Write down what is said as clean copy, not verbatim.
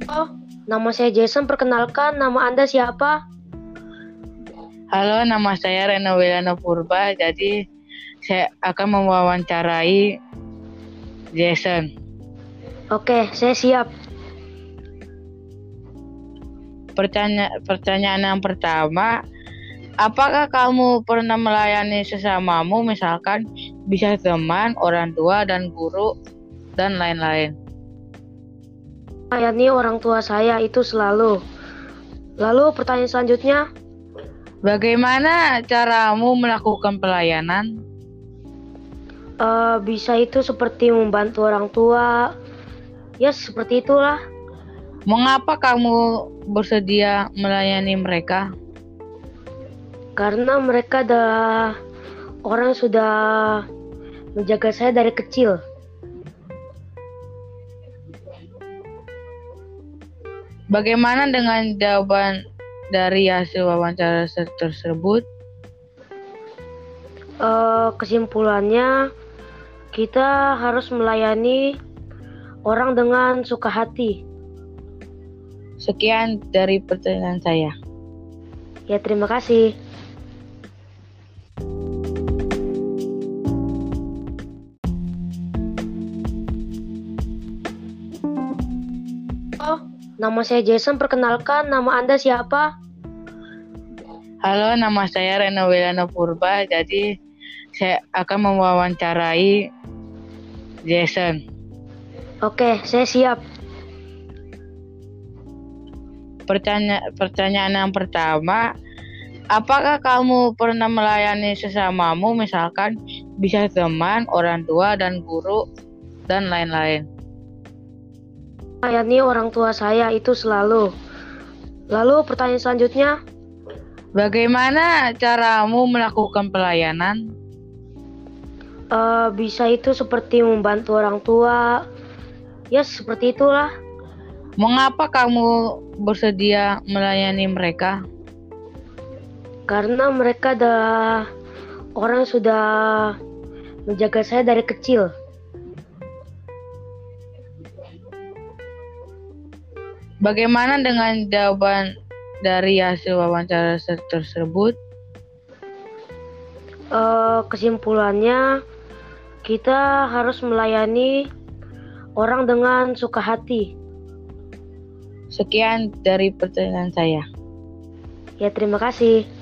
Oh, nama saya Jason. Perkenalkan, nama Anda siapa? Halo, nama saya Reno Welano Purba. Jadi saya akan mewawancarai Jason. Oke, saya siap. Pertanyaan yang pertama, apakah kamu pernah melayani sesamamu, misalkan bisa teman, orang tua, dan guru, dan lain-lain? Melayani orang tua saya itu selalu. Lalu pertanyaan selanjutnya, Bagaimana caramu melakukan pelayanan? bisa itu seperti membantu orang tua. Ya, seperti itulah. Mengapa kamu bersedia melayani mereka? Karena mereka orang sudah menjaga saya dari kecil. Bagaimana dengan jawaban dari hasil wawancara tersebut? Kesimpulannya, kita harus melayani orang dengan suka hati. Sekian dari pertanyaan saya. Ya, terima kasih. Oh, nama saya Jason. Perkenalkan, nama Anda siapa? Halo, nama saya Reno Welano Purba. Jadi saya akan mewawancarai Jason. Oke, saya siap. Pertanyaan yang pertama, apakah kamu pernah melayani sesamamu, misalkan bisa teman, orang tua, dan guru, dan lain-lain? Melayani orang tua saya itu selalu. Lalu pertanyaan selanjutnya, Bagaimana caramu melakukan pelayanan? bisa itu seperti membantu orang tua. Ya, seperti itulah. Mengapa kamu bersedia melayani mereka? Karena mereka orang sudah menjaga saya dari kecil. Bagaimana dengan jawaban dari hasil wawancara tersebut? Kesimpulannya, kita harus melayani orang dengan suka hati. Sekian dari pertanyaan saya. Ya, terima kasih.